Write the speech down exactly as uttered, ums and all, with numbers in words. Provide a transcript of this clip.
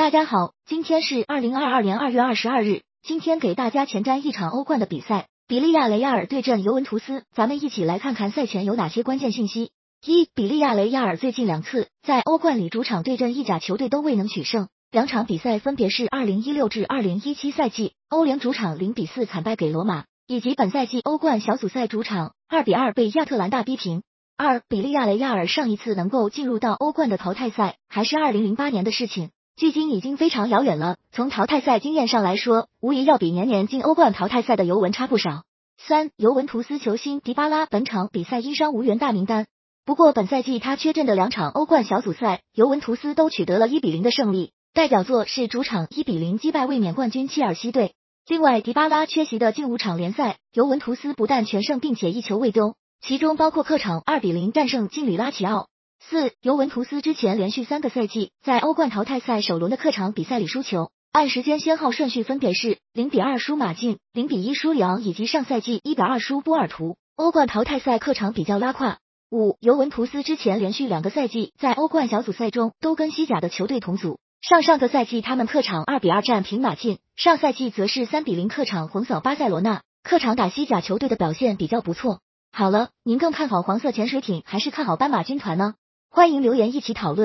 大家好，今天是二零二二年二月二十二日，今天给大家前瞻一场欧冠的比赛，比利亚雷亚尔对阵尤文图斯，咱们一起来看看赛前有哪些关键信息。一、比利亚雷亚尔最近两次在欧冠里主场对阵意甲球队都未能取胜，两场比赛分别是二零一六至二零一七赛季欧联主场零比四惨败给罗马，以及本赛季欧冠小组赛主场二比二被亚特兰大逼平。二、比利亚雷亚尔上一次能够进入到欧冠的淘汰赛还是二零零八年的事情，距今已经非常遥远了，从淘汰赛经验上来说，无疑要比年年进欧冠淘汰赛的尤文差不少。三、尤文图斯球星迪巴拉本场比赛因伤无缘大名单，不过本赛季他缺阵的两场欧冠小组赛，尤文图斯都取得了一比零的胜利，代表作是主场一比零击败卫冕冠军切尔西队。另外迪巴拉缺席的近五场联赛，尤文图斯不但全胜并且一球未丢，其中包括客场二比零战胜金里拉齐奥。四、尤文图斯之前连续三个赛季在欧冠淘汰赛首轮的客场比赛里输球，按时间先后顺序分别是零比二输马竞、零比一输里昂以及上赛季一比二输波尔图。欧冠淘汰赛客场比较拉胯。五、尤文图斯之前连续两个赛季在欧冠小组赛中都跟西甲的球队同组，上上个赛季他们客场二比二战平马竞，上赛季则是三比零客场横扫巴塞罗那，客场打西甲球队的表现比较不错。好了，您更看好黄色潜水艇还是看好斑马军团呢？欢迎留言一起讨论。